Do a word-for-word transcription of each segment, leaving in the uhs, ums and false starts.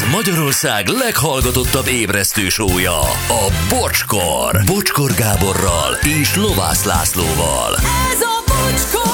Ez Magyarország leghallgatottabb ébresztő show-ja, a Bocskor. Bocskor Gáborral és Lovász Lászlóval. Ez a Bocskor!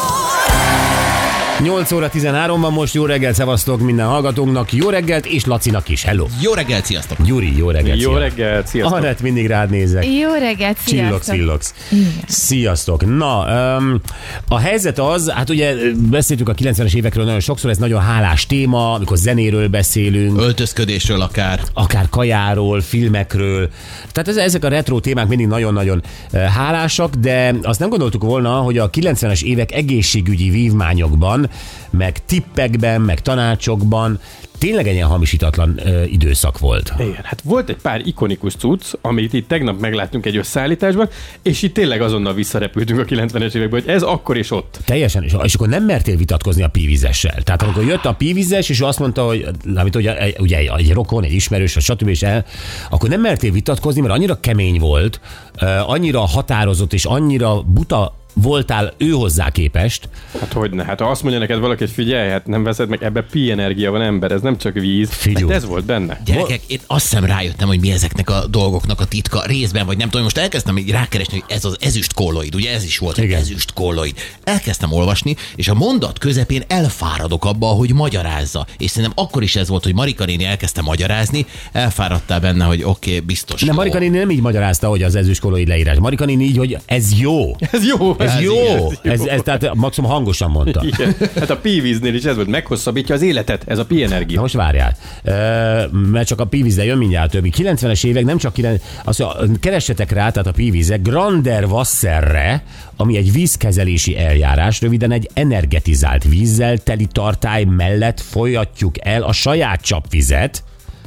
nyolc óra tizenhárom van most, jó reggelt, szevasztok minden hallgatónknak, jó reggelt, és Lacinak is, hello. Jó reggelt, sziasztok! Gyuri, jó reggelt, Jó reggelt, sziasztok! Anett, mindig rád nézek. Jó reggelt, sziasztok! Csillogsz, villogsz. Sziasztok. Na, um, a helyzet az, hát ugye beszéltük a kilencvenes évekről nagyon sokszor, ez nagyon hálás téma, amikor zenéről beszélünk. Öltözködésről akár. Akár kajáról, filmekről. Tehát ez, ezek a retro témák mindig nagyon-nagyon hálásak, de azt nem gondoltuk volna, hogy a kilencvenes évek egészségügyi vívmányokban, meg tippekben, meg tanácsokban tényleg egy ilyen hamisítatlan ö, időszak volt. Igen, hát volt egy pár ikonikus cucc, amit itt tegnap megláttunk egy összeállításban, és itt tényleg azonnal visszarepültünk a kilencvenes években, hogy ez akkor és ott. Teljesen, és, és akkor nem mertél vitatkozni a pívizessel. Tehát amikor jött a pívizes, és ő azt mondta, hogy amit ugye, ugye egy, egy rokon, egy ismerős, vagy stb. És el, akkor nem mertél vitatkozni, mert annyira kemény volt, annyira határozott, és annyira buta voltál ő hozzá képest. Hát hogyne, hát ha azt mondja neked valaki, hogy figyelj, hát nem veszed meg, ebbe pi energia van, ember, ez nem csak víz. Figyú. Hát ez volt benne. Gyerekek, én azt hiszem rájöttem, hogy mi ezeknek a dolgoknak a titka részben, vagy nem tudom, most elkezdtem így rákeresni, hogy ez az ezüst kolloid, ugye ez is volt, egy ezüst kolloid. Elkezdtem olvasni, és a mondat közepén elfáradok abba, hogy magyarázza. És szerintem akkor is ez volt, hogy Marika néni elkezdte magyarázni, elfáradtál benne, hogy oké, okay, biztos. Nem, Marika néni nem így magyarázta, hogy az ezüst kolloid leírás. Marika néni így, hogy ez jó. Ez jó. Ez, ez jó. Igen, ez, ez, jó. ez tehát maximum hangosan mondta. Igen. Hát a pívíznél is ez volt, meghosszabbítja az életet, ez a pi energia. Na most várjál, e, mert csak a pívízzel jön mindjárt többi. kilencvenes évek nem csak kilenc, azt mondja, keressetek rá, tehát a pívízek Grander Wasserre, ami egy vízkezelési eljárás, röviden egy energetizált vízzel teli tartály mellett folyatjuk el a saját csapvizet,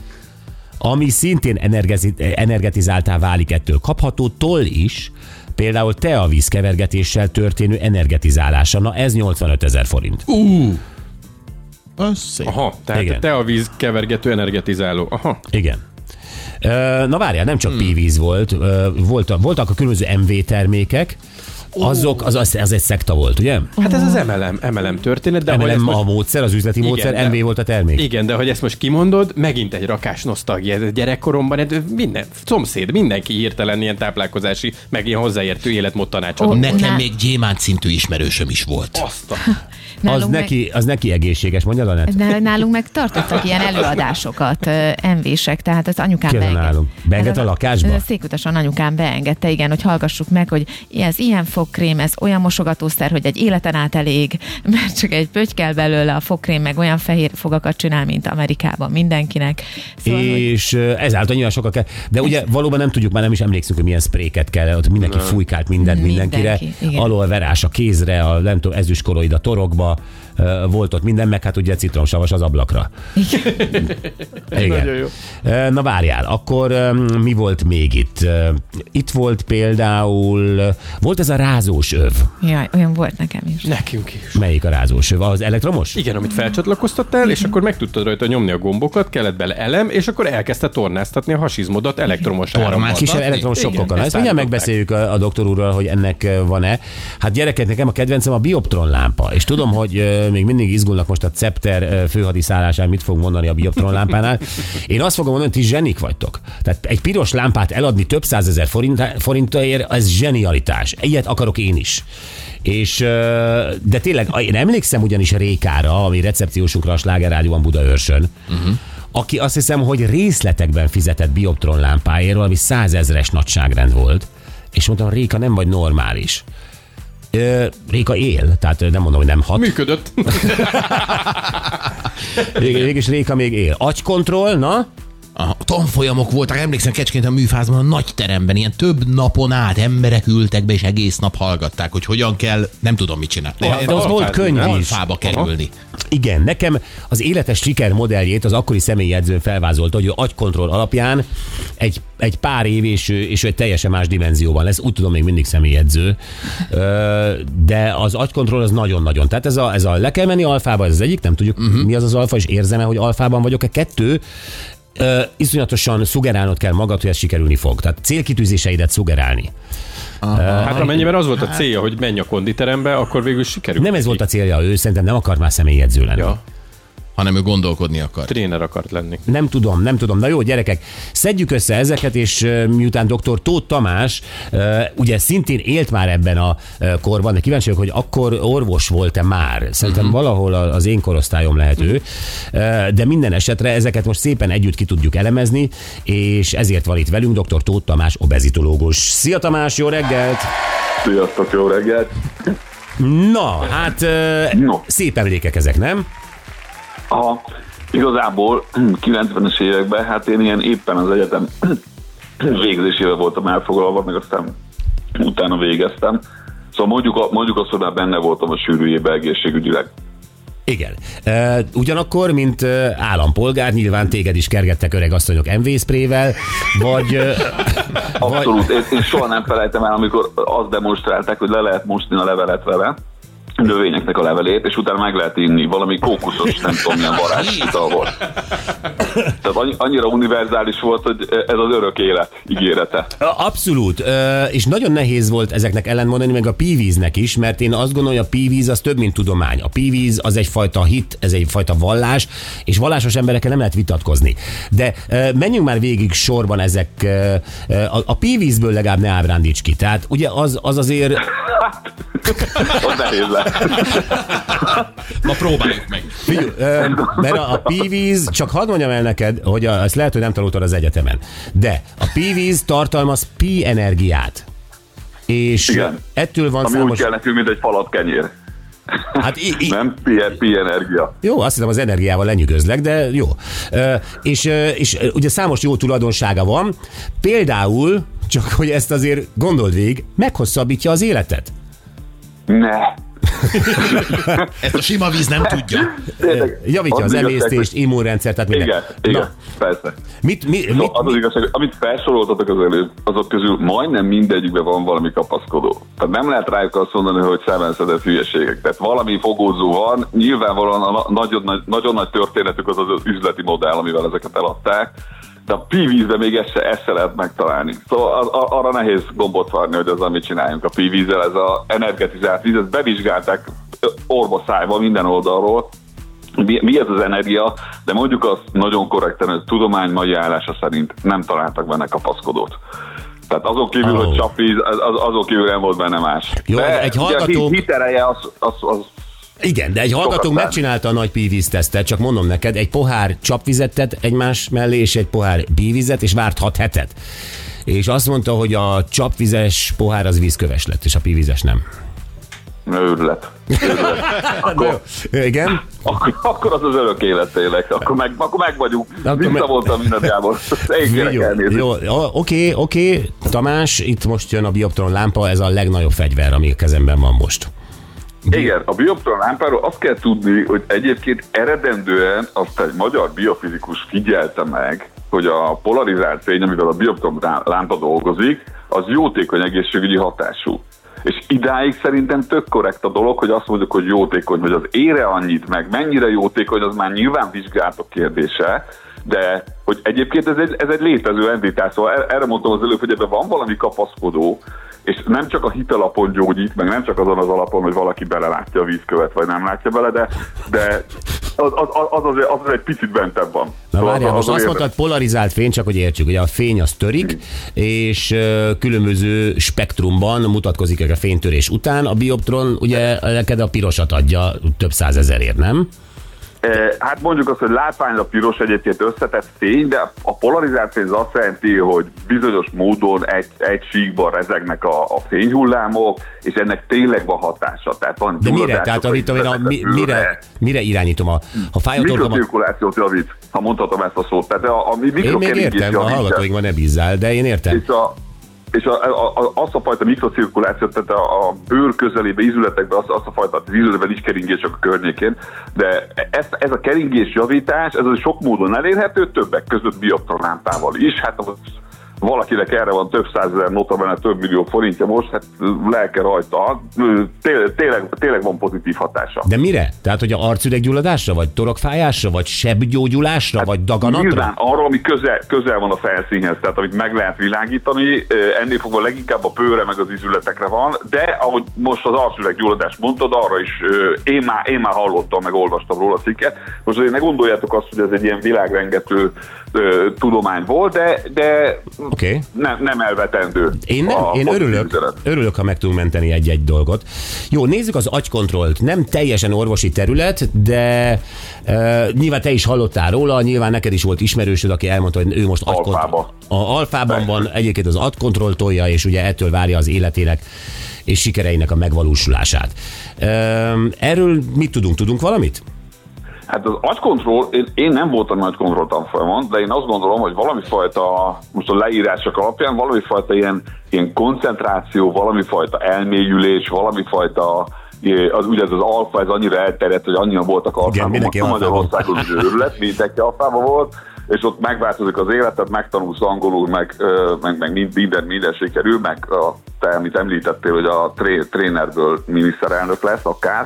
ami szintén energetizáltá válik ettől. Kapható toll is, például teavíz kevergetéssel történő energetizálása. Na ez nyolcvanöt ezer forint. Uh, az szép. Aha, tehát Igen. te a víz kevergető energetizáló. Aha. Igen. Na várjál, nem csak hmm. pívíz volt, voltak, voltak a különböző em vé termékek, azok, az, az, az egy szekta volt, ugye? Hát ez az em el em, em el em történet, de em el em most... a módszer, az üzleti Igen, módszer, de... em vé volt a termék. Igen, de hogy ezt most kimondod, megint egy rakás nosztalgia. Ez gyerekkoromban ez minden, szomszéd, mindenki hirtelen ilyen táplálkozási, meg ilyen hozzáértő életmód tanácsadó. Nekem Na. még gyémánt szintű ismerősöm is volt. Azt a... Az neki, az neki egészséges, mondjad, Anett? Nálunk meg tartottak ilyen előadásokat, em vések, tehát az anyukám Ki az a beengedte. nálunk? Beengedte a lakásba? Székutasan anyukám beengedte, igen, hogy hallgassuk meg, hogy ez ilyen fogkrém, ez olyan mosogatószer, hogy egy életen át elég, mert csak egy pötty kell belőle, a fogkrém meg olyan fehér fogakat csinál, mint Amerikában mindenkinek. Szóval, És hogy... ezáltal nyilván sokkal kell. De ugye valóban nem tudjuk, már nem is emlékszünk, hogy milyen spréket kell, ott mindenki nem. fújkált mindent Mindenki, mindenkire. Alól verás a kézre, a nem tudom, ezüst kolloid a torokba, volt ott minden, meg hát ugye citromsavas az ablakra. Igen. Igen. Nagyon jó. Na várjál, akkor mi volt még itt? Itt volt például, volt ez a rázós öv. Jaj, olyan volt nekem is. Nekünk is. Melyik a rázós öv? Az elektromos? Igen, amit felcsatlakoztattál, és akkor meg tudtad rajta nyomni a gombokat, kellett bele elem, és akkor elkezdte tornáztatni a hasizmodat elektromos árammal. Kis elektromos sokkokkal. Ezt mindjárt megbeszéljük a, a doktor úrral, hogy ennek van-e. Hát gyerekek, nekem a kedvencem a bioptron lámpa, és tudom, hogy még mindig izgulnak most a Cepter főhadiszállásán, mit fog mondani a bioptron lámpánál. Én azt fogom mondani, hogy ti zsenik vagytok. Tehát egy piros lámpát eladni több százezer forint, forintért, ez zsenialitás. Ilyet akarok én is. És, de tényleg, én emlékszem ugyanis Rékára, ami recepciósunkra a Sláger Rádióban Budaörsön, uh-huh. aki azt hiszem, hogy részletekben fizetett bioptron lámpáért, valami százezres nagyságrend volt, és mondtam, Réka, nem vagy normális. Réka él, tehát nem mondom, hogy nem hat. Működött. Végig Réka még él. Agykontroll, na? A tanfolyamok voltak, emlékszem Kecskén a műfázban, a nagy teremben, ilyen több napon át emberek ültek be, és egész nap hallgatták, hogy hogyan kell, nem tudom mit csinálni. De, de az volt könyv is. Alfába kerülni. Igen, nekem az életes siker modelljét az akkori személyjegyzőn felvázolta, hogy ő agykontroll alapján egy, egy pár év, és ő, és ő egy teljesen más dimenzióban lesz. Úgy tudom, még mindig személyjegyző. De az agykontroll az nagyon-nagyon. Tehát ez a, ez a le kell menni alfába, ez az egyik, nem tudjuk uh-huh. mi az az alfa, és érzem-e, hogy alfában vagyok-e. Kettő, Uh, iszonyatosan szugerálnod kell magad, hogy ez sikerülni fog. Tehát célkitűzéseidet szugerálni. Uh, hát amennyiben az volt a célja, hogy menj a konditerembe, akkor végül sikerült. Nem ez volt a célja, ő szerintem nem akart már személyjegyző lenni. Ja. hanem ő gondolkodni akar. Tréner akart lenni. Nem tudom, nem tudom. Na jó, gyerekek, szedjük össze ezeket, és uh, miután doktor Tóth Tamás uh, ugye szintén élt már ebben a uh, korban, de kíváncsi vagyok, hogy akkor orvos volt-e már. Szerintem uh-huh. valahol az én korosztályom lehet ő, uh, de minden esetre ezeket most szépen együtt ki tudjuk elemezni, és ezért van itt velünk doktor Tóth Tamás, obezitológus. Szia Tamás, jó reggelt! Sziasztok, jó reggelt! Na, hát uh, no. szép emlékek ezek, nem? Aha, igazából kilencvenes években, hát én ilyen éppen az egyetem végzésével voltam elfoglalva, meg aztán utána végeztem. Szóval mondjuk, mondjuk azt, hogy már benne voltam a sűrűjében egészségügyileg. Igen. Uh, ugyanakkor, mint uh, állampolgár, nyilván téged is kergettek öreg asszonyok em vé sprével, vagy... Uh, Abszolút. Vagy... Én, én soha nem felejtem el, amikor azt demonstrálták, hogy le lehet mosni a levelet vele, növényeknek a levelét, és utána meg lehet inni. Valami kókuszos, nem tudom, milyen varázsital volt. Tehát annyira univerzális volt, hogy ez az örök élet ígérete. Abszolút. És nagyon nehéz volt ezeknek ellentmondani, meg a pívíznek is, mert én azt gondolom, hogy a pívíz az több, mint tudomány. A pívíz az egyfajta hit, ez egyfajta vallás, és vallásos emberekkel nem lehet vitatkozni. De menjünk már végig sorban ezek. A, a pívízből legalább ne ábrándíts ki. Tehát ugye az, az azért... Hát, az nehéz lesz. Ma próbáljuk meg. Figyelj, mert a, a pívíz, csak hadd mondjam el neked, hogy a, ezt lehet, hogy nem tanultad az egyetemen, de a pívíz tartalmaz pi energiát. És igen. ettől van ami számos... úgy kell nekünk, mint egy falat kenyér. Hát i- i- nem pi, pi energia. Jó, azt hiszem az energiával lenyűgözlek, de jó. E, és, és ugye számos jó tulajdonsága van, például, csak hogy ezt azért gondold végig, meghosszabbítja az életet. Ne. Ezt a sima víz nem tudja. Tényleg, javítja az, az emésztést, hogy... immunrendszer, tehát minden. Igen, igen, persze. Mit, mi, so, mit, az az igazság, amit felsoroltatok az előbb, azok közül majdnem mindegyikben van valami kapaszkodó. Tehát nem lehet rájuk azt mondani, hogy szemenszedett hülyeségek. Tehát valami fogózó van, nyilvánvalóan a nagyon nagy, nagyon nagy történetük az az üzleti modell, amivel ezeket eladták. De a pívízben még ezt se, ezt se lehet megtalálni. Szóval az, arra nehéz gombot várni, hogy az, amit csináljunk a pívízzel, ez az energetizált víz, ezt bevizsgálták orba szájba minden oldalról, mi, mi ez az energia, de mondjuk azt nagyon korrekten, hogy a tudomány mai állása szerint nem találtak benne kapaszkodót. Tehát azon kívül, oh. hogy csapvíz, az, azon kívül nem volt benne más. Jó, de egy hallgató... hit ereje az... az, az Igen, de egy hallgatónk megcsinálta a nagy pívíztesztet, csak mondom neked, egy pohár csapvizet tett egymás mellé, és egy pohár bívizet, és várt hat hetet. És azt mondta, hogy a csapvizes pohár az vízköves lett, és a pívízes nem. Őrület. Őrület. Akkor, igen? Akkor, akkor az az örök élet tényleg. Akkor meg, akkor meg vagyunk. Visszavoltam minden Gábor. Jó, oké, oké. Tamás, itt most jön a bioptron lámpa, ez a legnagyobb fegyver, ami a kezemben van most. Igen, a bioptron lámpáról azt kell tudni, hogy egyébként eredendően azt egy magyar biofizikus figyelte meg, hogy a polarizált fény, amivel a bioptron lámpa dolgozik, az jótékony egészségügyi hatású. És idáig szerintem tök korrekt a dolog, hogy azt mondjuk, hogy jótékony, hogy az ére annyit, meg mennyire jótékony, az már nyilván vizsgálatok kérdése, de hogy egyébként ez egy, ez egy létező entitás, szóval erre mondtam az előbb, hogy ebben van valami kapaszkodó, és nem csak a hit alapon gyógyít, meg nem csak azon az alapon, hogy valaki belelátja a vízkövet, vagy nem látja bele, de, de az, az, az, az, az egy picit bentebb van. Na szóval várjál, az, most az azt érde... mondtad, polarizált fény, csak hogy értsük, ugye a fény az törik, hmm. és uh, különböző spektrumban mutatkozik a fénytörés után, a bioptron ugye neked a pirosat adja több százezerért, nem? Hát mondjuk azt, hogy látványra piros egyébként összetett fény, de a polarizált fény az azt jelenti, hogy bizonyos módon egy, egy síkban rezegnek a, a fényhullámok, és ennek tényleg van hatása. Tehát van de mire? Tehát a, a, mi, mire, mire irányítom? A, ha fáj a torkom... Mikrocirkulációt javít, ha mondhatom ezt a szót. Tehát a, a én még értem, a hallgatóinkban ne bízzál, de én értem. És a, és a, a, a, azt a fajta mikrocirkulációt, tehát a, a bőr közelébe, ízületekben, azt, azt a fajta, az ízületben nincs keringés csak a környékén, de ez, ez a keringés javítás, ez sok módon elérhető, többek között bioptron lámpával is, hát az, valakinek erre van több százezer, notabene több millió forintja most, hát lelke rajta, tényleg, tényleg, tényleg van pozitív hatása. De mire? Tehát, hogy a arcüreggyulladásra, vagy torokfájásra, vagy sebgyógyulásra, hát vagy daganatra? Nyilván arra, ami közel, közel van a felszínhez, tehát amit meg lehet világítani, ennél fogva leginkább a bőre meg az izületekre van, de ahogy most az arcüreggyulladást mondtad, arra is én már, én már hallottam, meg olvastam róla cikket. Most azért ne gondoljátok azt, hogy ez egy ilyen világrengető tudomány volt, de, de okay. nem, nem elvetendő. Én, nem, a, én örülök, örülök, ha meg tudunk menteni egy-egy dolgot. Jó, nézzük az agykontrollt. Nem teljesen orvosi terület, de uh, nyilván te is hallottál róla, nyilván neked is volt ismerősöd, aki elmondta, hogy ő most agykontroll. A alfában van, egyébként az agykontroll tolja, és ugye ettől várja az életének és sikereinek a megvalósulását. Uh, erről mit tudunk? Tudunk valamit? Hát az agykontroll, én, én nem voltam nagy kontroll tanfolyamon, de én azt gondolom, hogy valami fajta, most a leírások alapján, valami fajta ilyen, ilyen koncentráció, valami fajta elmélyülés, valami fajta, az, ugye ez az alfa, ez annyira elterjedt, hogy annyian voltak alfában, a Magyarországon az őrület, mindenki alfában volt, és ott megváltozik az életed, megtanulsz angolul, meg, meg, meg minden, minden sikerül, meg a, te, amit említettél, hogy a tré, trénerből miniszterelnök lesz akár,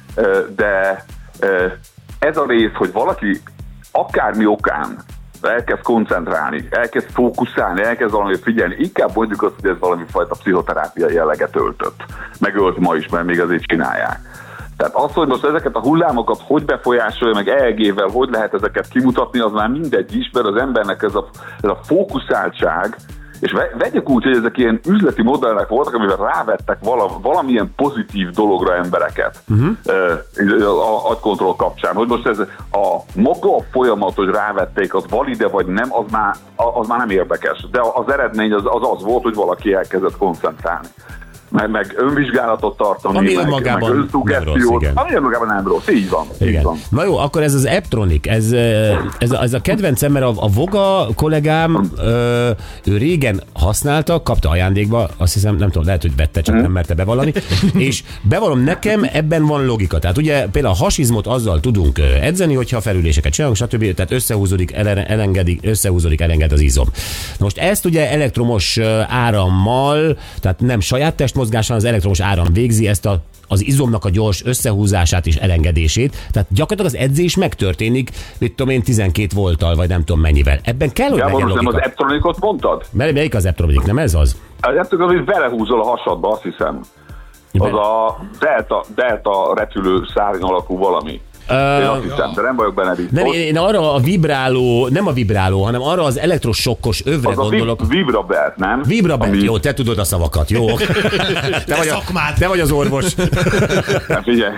de ez a rész, hogy valaki akármi okán elkezd koncentrálni, elkezd fókuszálni, elkezd valami figyelni, inkább mondjuk azt, hogy ez valami fajta pszichoterápiai jelleget öltött. Megölt ma is, mert még azért csinálják. Tehát az, hogy most ezeket a hullámokat hogy befolyásolja, meg E E G-vel hogy lehet ezeket kimutatni, az már mindegy is, mert az embernek ez a, ez a fókuszáltság, és vegyük úgy, hogy ezek ilyen üzleti modellek voltak, amivel rávettek vala, valamilyen pozitív dologra embereket uh-huh. a agykontroll kapcsán. Hogy most ez a maga a folyamat, hogy rávették, az valide vagy nem, az már, az már nem érdekes. De az eredmény az az, az volt, hogy valaki elkezdett koncentrálni. Meg, meg önvizsgálatot tartani, ami meg, önmagában meg önszugesztiót, ami önmagában nem rossz, így van. Igen. Így van. Na jó, akkor ez az Apptronic, ez, ez, a, ez a kedvencem, mert a, a Voga kollégám, ö, ő régen használta, kapta ajándékba, azt hiszem, nem tudom, lehet, hogy vette, csak nem merte bevallani, és bevallom, nekem ebben van logika. Tehát ugye például a hasizmot azzal tudunk edzeni, hogyha felüléseket csinálunk, stb. Tehát összehúzódik, elengedik, összehúzódik, elenged az izom. Most ezt ugye elektromos árammal, tehát nem saját test mozgással, az elektromos áram végzi ezt a, az izomnak a gyors összehúzását és elengedését. Tehát gyakorlatilag az edzés megtörténik, mit tudom én, tizenkét volttal, vagy nem tudom mennyivel. Ebben kell, hogy ja, legyen logika. Nem az Apptronicot mondtad? Mely, melyik az Apptronic, nem ez az? Az Apptronic, amit belehúzol a hasadba, azt hiszem. Az a delta, delta repülő szárny alakú valami. Én azt hiszem, de nem vagyok benne biztos. Nem, én arra a vibráló, nem a vibráló, hanem arra az elektrosokkos övre az gondolok. Az a Vibrabelt, nem? Vibrabelt, Ami... jó, te tudod a szavakat, jó. Te, vagy a, te vagy az orvos. Hát figyelj.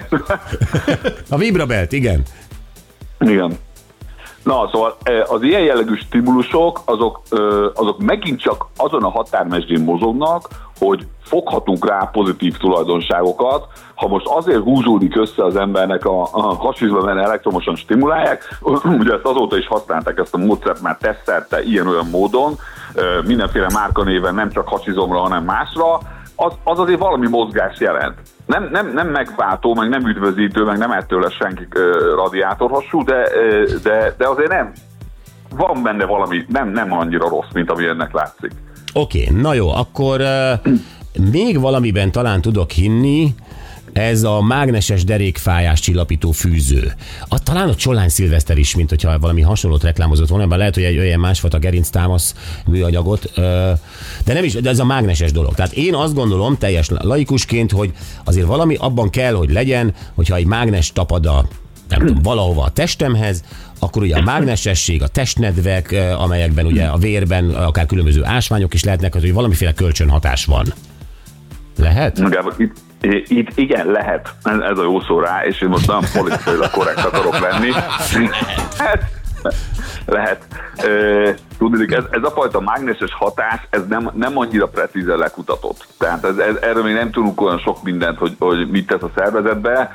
A Vibrabelt, igen. Igen. Na, szóval az ilyen jellegű stimulusok, azok, azok megint csak azon a határmesdjén mozognak, hogy foghatunk rá pozitív tulajdonságokat. Ha most azért húzódik össze az embernek a, a hasizmban, mert elektromosan stimulálják, ugye ezt azóta is használták ezt a módszert már tesztelte ilyen-olyan módon, mindenféle márkanéven, nem csak hasizomra, hanem másra, az, az azért valami mozgást jelent. Nem, nem, nem megváltó, meg nem üdvözítő, meg nem ettől lesz senki radiátorhassú, de, de, de azért nem. Van benne valami, nem, nem annyira rossz, mint ami ennek látszik. Oké, okay, na jó, akkor uh, még valamiben talán tudok hinni, ez a mágneses derékfájás csillapító fűző. A, talán a Csollány Szilveszter is, mint hogyha valami hasonlót reklámozott volna, mert lehet, hogy egy olyan másfajta gerinctámasz műanyagot, de nem is, de ez a mágneses dolog. Tehát én azt gondolom, teljes laikusként, hogy azért valami abban kell, hogy legyen, hogyha egy mágnes tapad a, nem tudom, valahova a testemhez, akkor ugye a mágnesesség, a testnedvek, amelyekben ugye a vérben akár különböző ásványok is lehetnek, hogy valamiféle kölcsönhatás van. Lehet? Itt, itt igen, lehet. Ez a jó szó rá, és én most nagyon politikailag korrekt akarok lenni. Hát, lehet. Tudnék, ez, ez a fajta mágneses hatás, ez nem, nem annyira precízen lekutatott. Tehát ez, ez, erről még nem tudunk olyan sok mindent, hogy, hogy mit tesz a szervezetbe.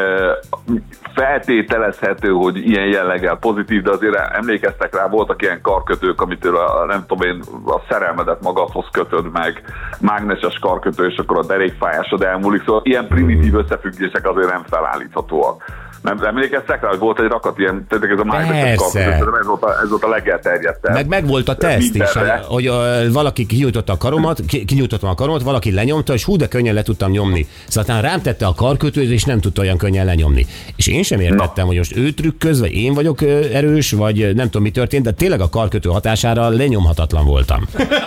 Feltételezhető, hogy ilyen jelleggel pozitív, de azért emlékeztek rá, voltak ilyen karkötők, amitől a, nem tudom én, a szerelmedet magadhoz kötöd meg, mágneses karkötő, és akkor a derékfájásod elmúlik. Szóval ilyen primitív összefüggések azért nem felállíthatóak. Nem emlékeztek rá, hogy volt egy rakat ilyen, tehát ez a mágneses kalkulator, ez volt a, ez volt a legelterjedtebb. Meg, meg volt a teszt is, hogy a, valaki kinyújtotta a karomat, ki, kinyújtottam a karomat, valaki lenyomta, és hú, de könnyen le tudtam nyomni. Szóval rám tette a karkötőt, és nem tudta olyan könnyen lenyomni. És én sem értettem, Na. hogy most ő trükköz, vagy én vagyok erős, vagy nem tudom, mi történt, de tényleg a karkötő hatására lenyomhatatlan voltam.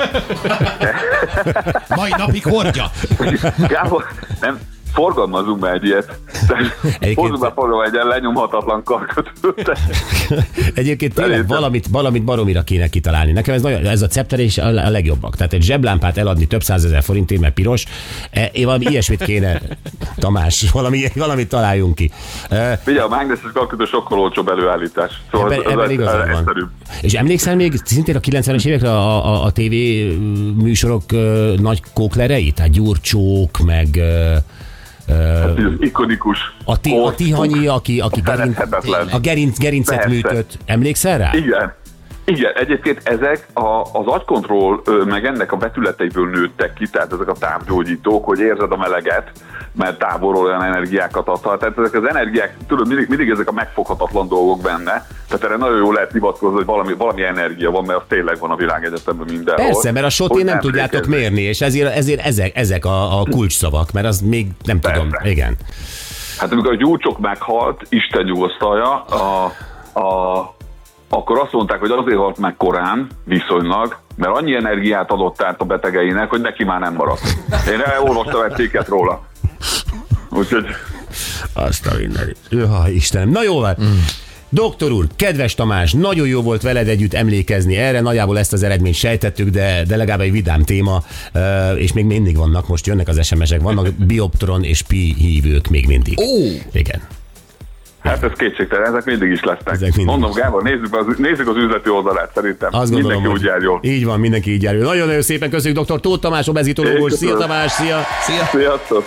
Mai napig hordja. Gábor, nem, forgalmazunk be egy ilyet. Hozzunk be forgalom egy ilyen lenyomhatatlan karkötőt. Egyébként tényleg valamit, valamit baromira kéne kitalálni. Nekem ez, nagyon, ez a Cepter a legjobbak. Tehát egy zseblámpát eladni több százezer forintért, mert piros. Én valami ilyesmit kéne, Tamás, valami, valamit találjunk ki. Figyelj, a mágneses karkötő sokkal olcsóbb előállítás. Szóval ebben, ebben igazad van. És emlékszel még szintén a kilencvenes évekre a, a, a tévé műsorok uh, nagy kóklerei? Tehát Gyurcsók, meg... Uh, Hát ez ikonikus. A, ti, a Tihanyi, aki, aki gerinc, a gerinc, gerincet Persze. műtött. Emlékszel rá? Igen. Igen, egyébként ezek a, az agykontroll meg ennek a vetületeiből nőttek ki, tehát ezek a távgyógyítók, hogy érzed a meleget, mert távolról olyan energiákat adhat. Tehát ezek az energiák, tudod, mindig, mindig ezek a megfoghatatlan dolgok benne. Tehát erre nagyon jól lehet hivatkozni, hogy valami, valami energia van, mert az tényleg van a világegyetemben mindenhol. Persze, mert a sotén nem tudjátok mérni, és ezért, ezért ezek, ezek a, a kulcsszavak, mert az még nem Persze. tudom. Igen. Hát amikor a Gyurcsok meghalt, Isten nyugosztalja, a, a akkor azt mondták, hogy azért halt meg korán, viszonylag, mert annyi energiát adott át a betegeinek, hogy neki már nem maradt. Én elolvastam egy cikket róla. Úgyhogy... Azt a mindenit. Jaj, Istenem. Na jó van. Mm. Doktor úr, kedves Tamás, nagyon jó volt veled együtt emlékezni erre, nagyjából ezt az eredményt sejtettük, de, de legalább egy vidám téma, és még mindig vannak, most jönnek az es em esek, vannak Bioptron és Pi hívők még mindig. Ó! Igen. Hát ez kétségtelen, ezek mindig is lesznek. Mindig Mondom, is. Gábor, nézzük az, nézzük az üzleti oldalát, szerintem. Azt mindenki gondolom, úgy jár jól. Így van, mindenki így jár jól. Nagyon-nagyon szépen köszönjük doktor Tóth Tamás, obezitológus. Szia Tamás, szia! Szia! Sziasztok!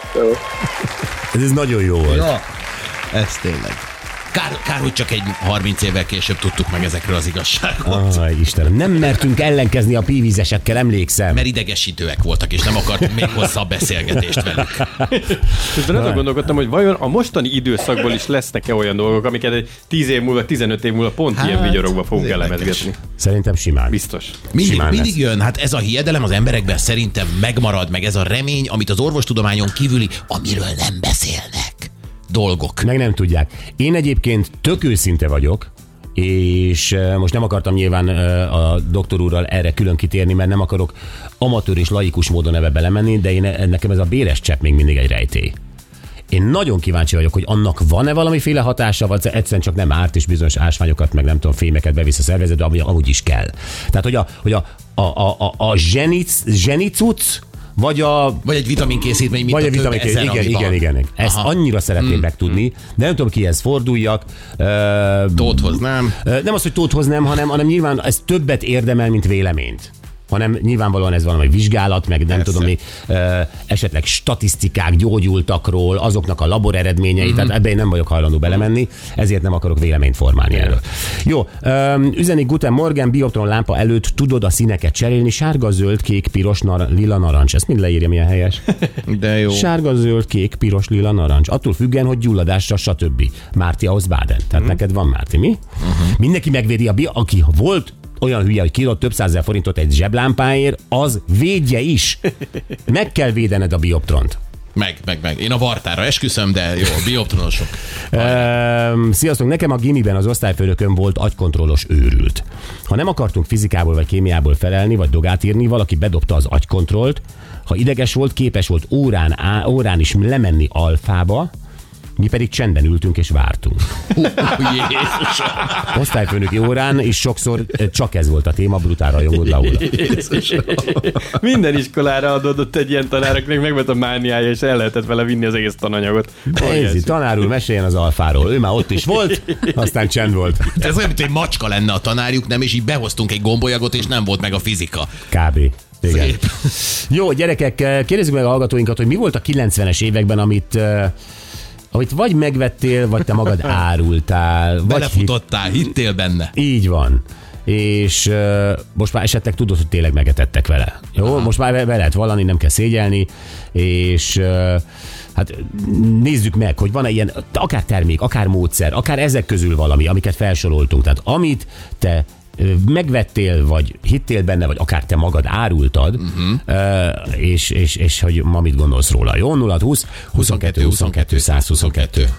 Ez, ez nagyon jó volt. Ja, ez tényleg. Kár, kár, hogy csak egy harminc évvel később tudtuk meg ezekről az igazságot. Aj, Istenem, nem mertünk ellenkezni a pívízesekkel, emlékszem. Mert idegesítőek voltak, és nem akartunk még hosszabb beszélgetést velük. És azon gondolkodtam, hogy vajon a mostani időszakból is lesznek-e olyan dolgok, amiket egy tíz év múlva, tizenöt év múlva pont hát, ilyen vigyorokba fogunk elemezgetni. Szerintem simán. Biztos. Mindig, simán mindig jön, hát ez a hiedelem az emberekben szerintem megmarad, meg ez a remény, amit az orvostudományon kívüli, amiről nem beszélnek. Dolgok. Meg nem tudják. Én egyébként tök őszinte vagyok, és most nem akartam nyilván a doktor úrral erre külön kitérni, mert nem akarok amatőr és laikus módon ebbe belemenni, de én, nekem ez a béres csepp még mindig egy rejtély. Én nagyon kíváncsi vagyok, hogy annak van-e valamiféle hatása, vagy egyszerűen csak nem árt, és bizonyos ásványokat, meg nem tudom, fémeket bevisz a szervezetbe, ami amúgy is kell. Tehát, hogy a, hogy a, a, a, a, a zsenic, zsenicuc, Vagy, a, vagy egy vitaminkészítmény, mint vagy a, a vitaminkészítmény. Igen, igen, igen, igen. Ezt Aha. annyira szeretném mm. megtudni, de nem tudom, kihez forduljak. Tóthhoz nem. Nem az, hogy Tóthhoz nem, hanem, hanem nyilván ez többet érdemel, mint véleményt. Hanem nyilvánvalóan ez valami vizsgálat, meg nem Persze. tudom mi, esetleg statisztikák gyógyultakról, azoknak a labor eredményei, mm-hmm. tehát ebben én nem vagyok hajlandó belemenni, ezért nem akarok véleményt formálni yeah. erről. Jó, üzenik Guten Morgen, Bioptron lámpa előtt tudod a színeket cserélni, sárga, zöld, kék, piros, nar- lila, narancs. Ezt mind leírja, milyen helyes. De jó. Sárga, zöld, kék, piros, lila, narancs. Attól függően, hogy gyulladásra, stb. Márti ahhoz Báden. Tehát mm. neked van, Márti, mi? Mm-hmm. Mindenki megvédi a bi, aki volt olyan hülye, hogy kiadott több százezer forintot egy zseblámpáért, az védje is. Meg kell védened a Bioptront. Meg, meg, meg. Én a Vartára esküszöm, de jó, a Bioptronosok. Ehm, sziasztok, nekem a gimiben az osztályfőnököm volt agykontrollos őrült. Ha nem akartunk fizikából vagy kémiából felelni, vagy dogát írni, valaki bedobta az agykontrollt. Ha ideges volt, képes volt órán, á, órán is lemenni alfába, mi pedig csendben ültünk és vártunk. Osztályfőnöki órán, és sokszor csak ez volt a téma, brutál rajongód Laura. Minden iskolára adott egy ilyen tanár, akinek megvet a mániája, és el lehetett vele vinni az egész tananyagot. Nézzi, tanár úr, meséljen az alfáról. Ő már ott is volt, aztán csend volt. Ez olyan, mint egy macska lenne a tanárjuk, nem? És így behoztunk egy gombolyagot, és nem volt meg a fizika. Kb. Igen. Jó, gyerekek, kérdezzük meg a hallgatóinkat, hogy mi volt a kilencvenes években, amit... amit vagy megvettél, vagy te magad árultál. Belefutottál, hittél benne. Így van. és uh, most már esetleg tudod, hogy tényleg megetettek vele. Jó, aha. Most már be lehet vallani, nem kell szégyelni, és uh, hát nézzük meg, hogy van-e ilyen, akár termék, akár módszer, akár ezek közül valami, amiket felsoroltunk. Tehát amit te megvettél, vagy hittél benne, vagy akár te magad árultad, uh-huh. és, és, és hogy ma mit gondolsz róla. Jó? nulla húsz huszonkettő huszonkettő száz huszonkettő